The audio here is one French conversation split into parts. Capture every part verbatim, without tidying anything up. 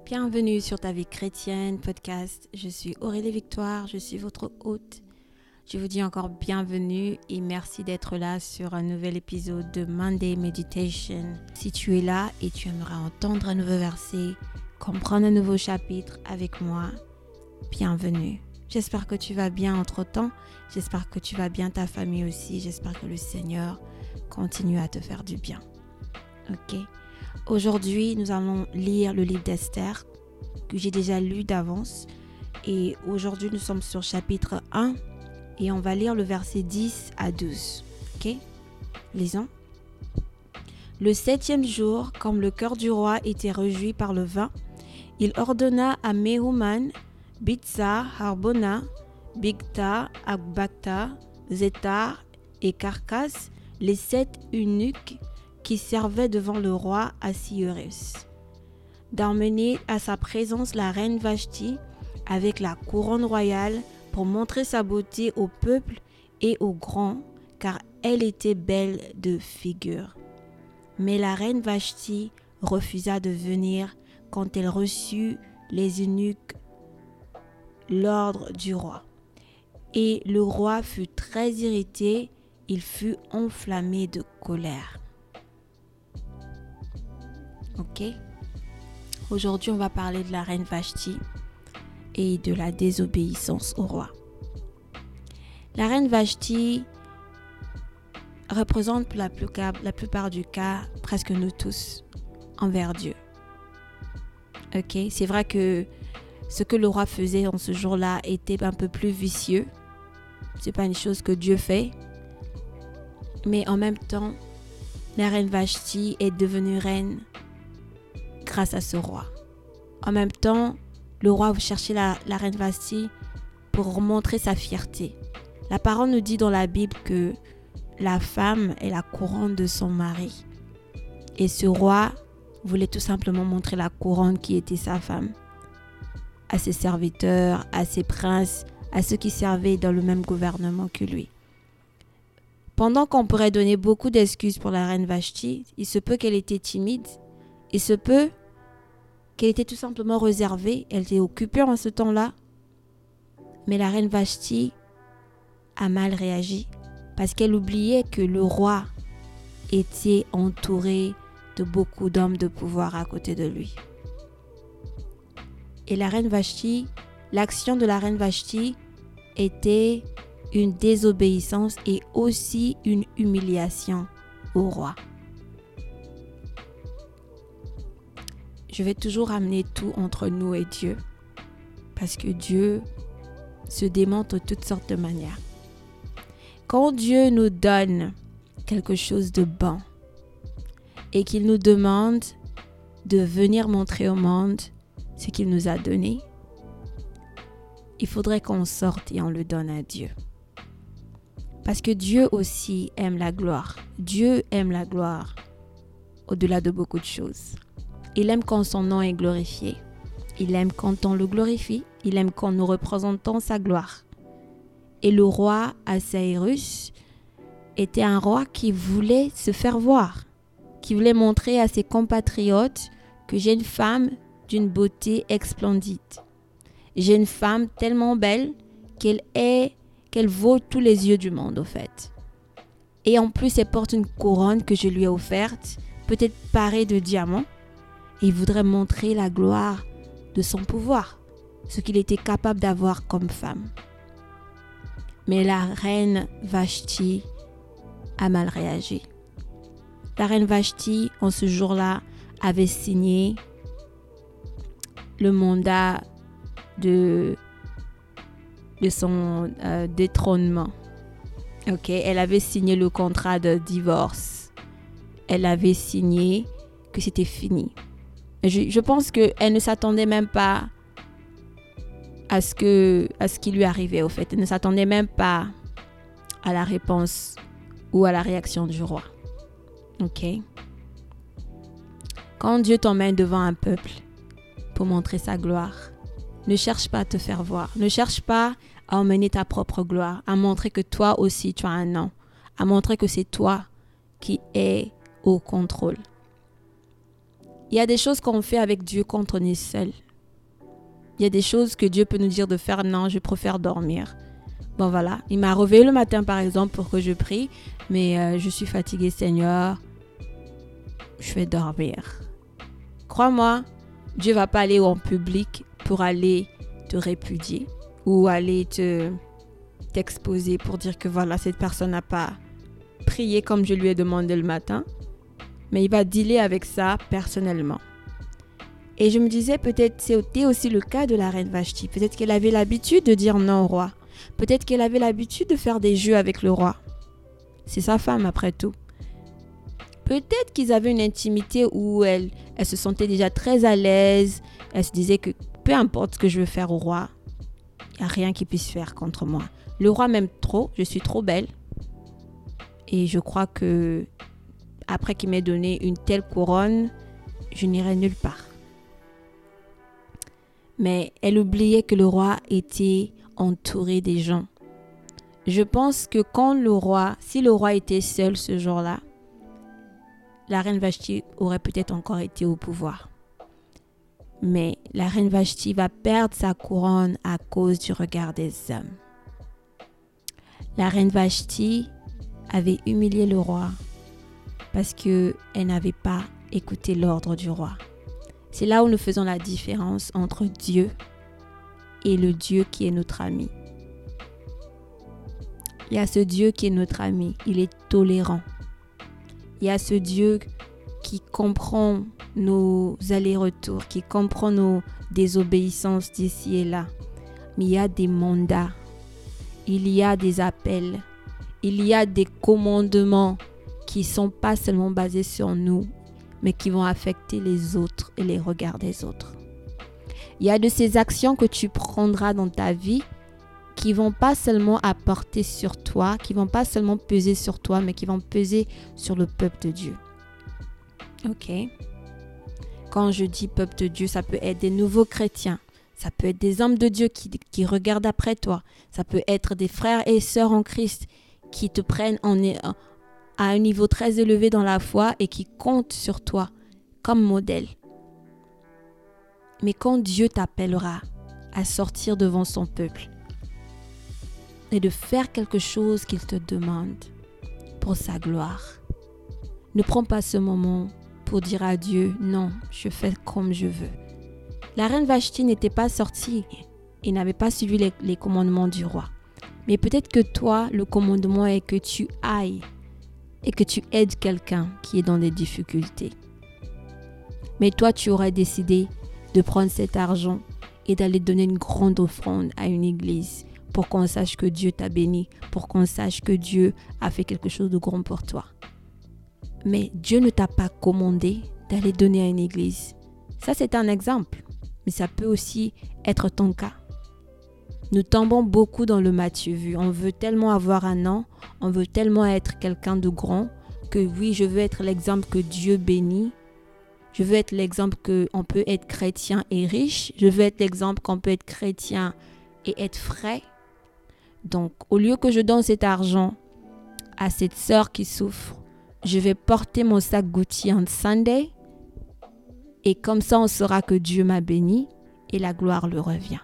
Bienvenue sur Ta Vie Chrétienne podcast. Je suis Aurélie Victoire, je suis votre hôte. Je vous dis encore bienvenue et merci d'être là sur un nouvel épisode de Monday Meditation. Si tu es là et tu aimerais entendre un nouveau verset, comprendre un nouveau chapitre avec moi, bienvenue. J'espère que tu vas bien entre-temps. J'espère que tu vas bien, ta famille aussi. J'espère que le Seigneur continue à te faire du bien. Ok. Aujourd'hui, nous allons lire le livre d'Esther que j'ai déjà lu d'avance. Et aujourd'hui, nous sommes sur chapitre un et on va lire le verset dix à douze. Ok? Lisons. Le septième jour, comme le cœur du roi était réjoui par le vin, il ordonna à Mehuman, Bitsa, Harbona, Bigta, Agbakta, Zétar et Carcas, les sept eunuques qui servaient devant le roi Assuérus, d'emmener à sa présence la reine Vashti avec la couronne royale pour montrer sa beauté au peuple et aux grands, car elle était belle de figure. Mais la reine Vashti refusa de venir quand elle reçut les eunuques l'ordre du roi. Et le roi fut très irrité, il fut enflammé de colère. Ok? Aujourd'hui, on va parler de la reine Vashti et de la désobéissance au roi. La reine Vashti représente pour la plupart, la plupart du cas presque nous tous envers Dieu. Ok? C'est vrai que ce que le roi faisait en ce jour-là était un peu plus vicieux. C'est pas une chose que Dieu fait. Mais en même temps, la reine Vashti est devenue reine grâce à ce roi. En même temps, le roi cherchait la, la reine Vashti pour montrer sa fierté. La parole nous dit dans la Bible que la femme est la couronne de son mari. Et ce roi voulait tout simplement montrer la couronne qui était sa femme à ses serviteurs, à ses princes, à ceux qui servaient dans le même gouvernement que lui. Pendant qu'on pourrait donner beaucoup d'excuses pour la reine Vashti, il se peut qu'elle était timide, il se peut qu'elle était tout simplement réservée, elle était occupée en ce temps-là. Mais la reine Vashti a mal réagi parce qu'elle oubliait que le roi était entouré de beaucoup d'hommes de pouvoir à côté de lui. Et la reine Vashti, l'action de la reine Vashti était une désobéissance et aussi une humiliation au roi. Je vais toujours amener tout entre nous et Dieu parce que Dieu se démontre de toutes sortes de manières. Quand Dieu nous donne quelque chose de bon et qu'il nous demande de venir montrer au monde ce qu'il nous a donné, il faudrait qu'on sorte et on le donne à Dieu. Parce que Dieu aussi aime la gloire. Dieu aime la gloire au-delà de beaucoup de choses. Il aime quand son nom est glorifié. Il aime quand on le glorifie. Il aime quand nous représentons sa gloire. Et le roi Assuérus était un roi qui voulait se faire voir, qui voulait montrer à ses compatriotes que j'ai une femme d'une beauté splendide. J'ai une femme tellement belle qu'elle est, qu'elle vaut tous les yeux du monde, au fait. Et en plus, elle porte une couronne que je lui ai offerte, peut-être parée de diamants. Et il voudrait montrer la gloire de son pouvoir, ce qu'il était capable d'avoir comme femme. Mais la reine Vashti a mal réagi. La reine Vashti, en ce jour-là, avait signé le mandat de, de son euh, détrônement. Ok, elle avait signé le contrat de divorce. Elle avait signé que c'était fini. Je, je pense qu'elle ne s'attendait même pas à ce, que, à ce qui lui arrivait, au fait. Elle ne s'attendait même pas à la réponse ou à la réaction du roi. Ok? Quand Dieu t'emmène devant un peuple pour montrer sa gloire, ne cherche pas à te faire voir. Ne cherche pas à emmener ta propre gloire, à montrer que toi aussi tu as un nom, à montrer que c'est toi qui es au contrôle. Il y a des choses qu'on fait avec Dieu quand on est seul. Il y a des choses que Dieu peut nous dire de faire. Non, je préfère dormir. Bon voilà, il m'a réveillé le matin par exemple pour que je prie. Mais euh, je suis fatiguée, Seigneur. Je vais dormir. Crois-moi, Dieu ne va pas aller en public pour aller te répudier. Ou aller te, t'exposer pour dire que voilà, cette personne n'a pas prié comme je lui ai demandé le matin. Mais il va dealer avec ça personnellement. Et je me disais, peut-être c'était aussi le cas de la reine Vashti. Peut-être qu'elle avait l'habitude de dire non au roi. Peut-être qu'elle avait l'habitude de faire des jeux avec le roi. C'est sa femme après tout. Peut-être qu'ils avaient une intimité où elle, elle se sentait déjà très à l'aise. Elle se disait que peu importe ce que je veux faire au roi, il n'y a rien qui puisse faire contre moi. Le roi m'aime trop, je suis trop belle. Et je crois que après qu'il m'ait donné une telle couronne, je n'irai nulle part. Mais elle oubliait que le roi était entouré des gens. Je pense que quand le roi, si le roi était seul ce jour-là, la reine Vashti aurait peut-être encore été au pouvoir. Mais la reine Vashti va perdre sa couronne à cause du regard des hommes. La reine Vashti avait humilié le roi parce qu'elle n'avait pas écouté l'ordre du roi. C'est là où nous faisons la différence entre Dieu et le Dieu qui est notre ami. Il y a ce Dieu qui est notre ami, il est tolérant. Il y a ce Dieu qui comprend nos allers-retours, qui comprend nos désobéissances d'ici et là. Mais il y a des mandats, il y a des appels, il y a des commandements qui ne sont pas seulement basés sur nous, mais qui vont affecter les autres et les regards des autres. Il y a de ces actions que tu prendras dans ta vie qui ne vont pas seulement apporter sur toi, qui ne vont pas seulement peser sur toi, mais qui vont peser sur le peuple de Dieu. Ok. Quand je dis peuple de Dieu, ça peut être des nouveaux chrétiens. Ça peut être des hommes de Dieu qui, qui regardent après toi. Ça peut être des frères et sœurs en Christ qui te prennent en, à un niveau très élevé dans la foi et qui comptent sur toi comme modèle. Mais quand Dieu t'appellera à sortir devant son peuple et de faire quelque chose qu'il te demande pour sa gloire, ne prends pas ce moment pour dire à Dieu, non, je fais comme je veux. La reine Vashti n'était pas sortie et n'avait pas suivi les, les commandements du roi. Mais peut-être que toi, le commandement est que tu ailles et que tu aides quelqu'un qui est dans des difficultés. Mais toi, tu aurais décidé de prendre cet argent et d'aller donner une grande offrande à une église pour qu'on sache que Dieu t'a béni, pour qu'on sache que Dieu a fait quelque chose de grand pour toi. Mais Dieu ne t'a pas commandé d'aller donner à une église. Ça, c'est un exemple, mais ça peut aussi être ton cas. Nous tombons beaucoup dans le Matthieu vu. On veut tellement avoir un nom, on veut tellement être quelqu'un de grand que oui, je veux être l'exemple que Dieu bénit. Je veux être l'exemple qu'on peut être chrétien et riche. Je veux être l'exemple qu'on peut être chrétien et être frais. Donc, au lieu que je donne cet argent à cette sœur qui souffre, je vais porter mon sac Gucci on Sunday. Et comme ça, on saura que Dieu m'a béni et la gloire lui revient.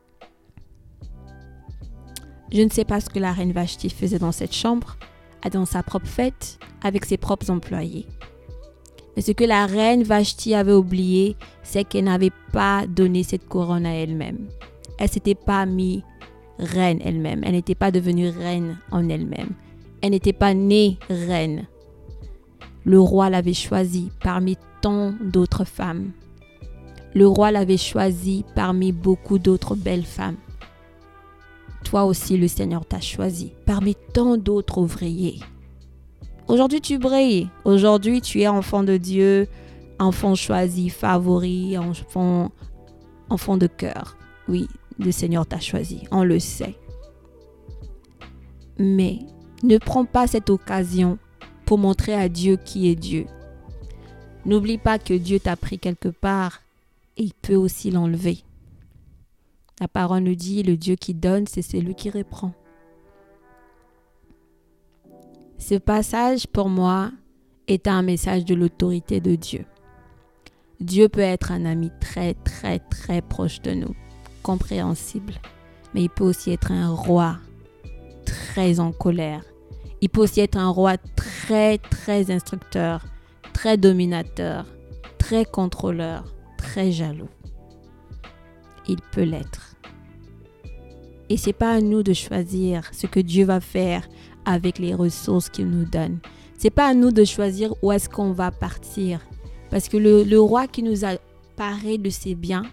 Je ne sais pas ce que la reine Vashti faisait dans cette chambre, dans sa propre fête, avec ses propres employés. Mais ce que la reine Vashti avait oublié, c'est qu'elle n'avait pas donné cette couronne à elle-même. Elle ne s'était pas mise reine elle-même. Elle n'était pas devenue reine en elle-même. Elle n'était pas née reine. Le roi l'avait choisie parmi tant d'autres femmes. Le roi l'avait choisie parmi beaucoup d'autres belles femmes. Toi aussi, le Seigneur t'a choisi parmi tant d'autres ouvriers. Aujourd'hui, tu brilles. Aujourd'hui, tu es enfant de Dieu, enfant choisi, favori, enfant, enfant de cœur. Oui, le Seigneur t'a choisi, on le sait. Mais ne prends pas cette occasion pour montrer à Dieu qui est Dieu. N'oublie pas que Dieu t'a pris quelque part et il peut aussi l'enlever. La parole nous dit, le Dieu qui donne, c'est celui qui reprend. Ce passage, pour moi, est un message de l'autorité de Dieu. Dieu peut être un ami très, très, très proche de nous, compréhensible. Mais il peut aussi être un roi très en colère. Il peut aussi être un roi très, très instructeur, très dominateur, très contrôleur, très jaloux. Il peut l'être. Et c'est pas à nous de choisir ce que Dieu va faire avec les ressources qu'il nous donne. C'est pas à nous de choisir où est-ce qu'on va partir. Parce que le, le roi qui nous a paré de ses biens,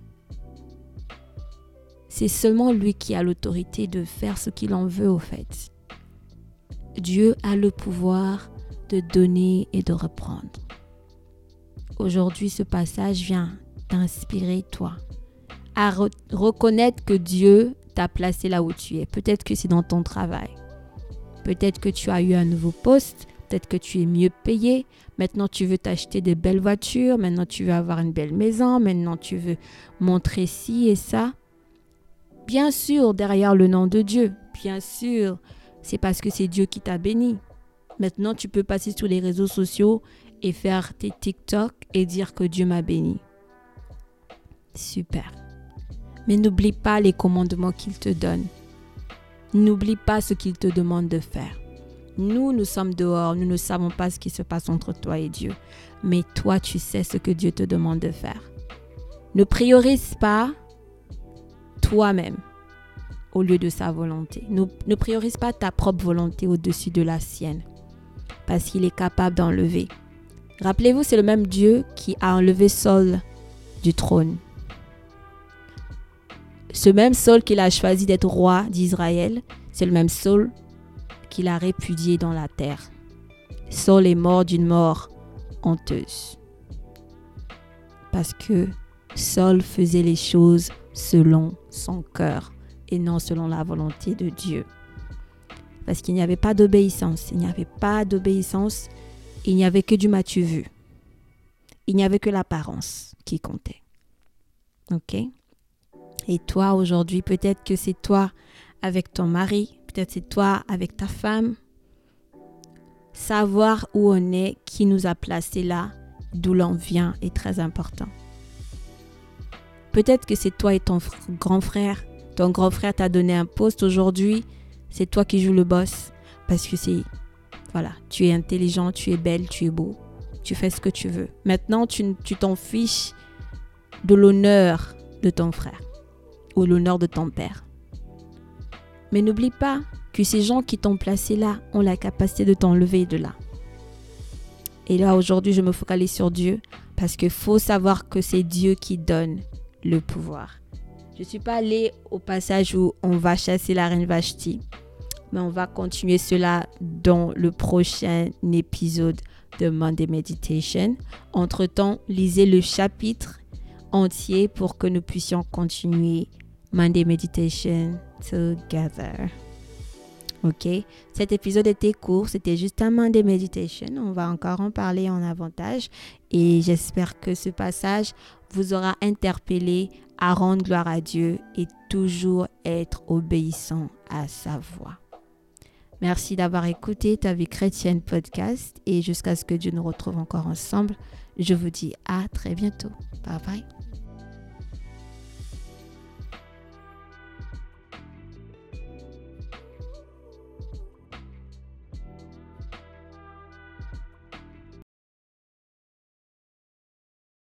c'est seulement lui qui a l'autorité de faire ce qu'il en veut au fait. Dieu a le pouvoir de donner et de reprendre. Aujourd'hui, ce passage vient t'inspirer, toi, à re- reconnaître que Dieu t'a placé là où tu es. Peut-être que c'est dans ton travail. Peut-être que tu as eu un nouveau poste. Peut-être que tu es mieux payé. Maintenant, tu veux t'acheter des belles voitures. Maintenant, tu veux avoir une belle maison. Maintenant, tu veux montrer ci et ça. Bien sûr, derrière le nom de Dieu. Bien sûr, c'est parce que c'est Dieu qui t'a béni. Maintenant, tu peux passer sur les réseaux sociaux et faire tes TikTok et dire que Dieu m'a béni. Super. Mais n'oublie pas les commandements qu'il te donne. N'oublie pas ce qu'il te demande de faire. Nous, nous sommes dehors, nous ne savons pas ce qui se passe entre toi et Dieu. Mais toi, tu sais ce que Dieu te demande de faire. Ne priorise pas toi-même au lieu de sa volonté. Ne, ne priorise pas ta propre volonté au-dessus de la sienne. Parce qu'il est capable d'enlever. Rappelez-vous, c'est le même Dieu qui a enlevé Saul du trône. Ce même Saul qu'il a choisi d'être roi d'Israël, c'est le même Saul qu'il a répudié dans la terre. Saul est mort d'une mort honteuse. Parce que Saul faisait les choses selon son cœur et non selon la volonté de Dieu. Parce qu'il n'y avait pas d'obéissance. Il n'y avait pas d'obéissance. Il n'y avait que du m'as-tu vu. Il n'y avait que l'apparence qui comptait. Ok? Et toi, aujourd'hui, peut-être que c'est toi avec ton mari. Peut-être c'est toi avec ta femme. Savoir où on est, qui nous a placés là, d'où l'on vient est très important. Peut-être que c'est toi et ton fr- grand frère. Ton grand frère t'a donné un poste aujourd'hui. C'est toi qui joues le boss. Parce que c'est... Voilà, tu es intelligent, tu es belle, tu es beau. Tu fais ce que tu veux. Maintenant, tu, tu t'en fiches de l'honneur de ton frère. Ou l'honneur de ton père. Mais n'oublie pas que ces gens qui t'ont placé là ont la capacité de t'enlever de là. Et là, aujourd'hui, je me focalise sur Dieu parce qu'il faut savoir que c'est Dieu qui donne le pouvoir. Je ne suis pas allée au passage où on va chasser la reine Vashti, mais on va continuer cela dans le prochain épisode de Monday Meditation. Entre-temps, lisez le chapitre entier pour que nous puissions continuer Monday Meditation together. Ok, cet épisode était court, c'était juste un Monday Meditation. On va encore en parler en avantage et j'espère que ce passage vous aura interpellé à rendre gloire à Dieu et toujours être obéissant à sa voix. Merci d'avoir écouté Ta Vie Chrétienne podcast et jusqu'à ce que Dieu nous retrouve encore ensemble, je vous dis à très bientôt. Bye bye.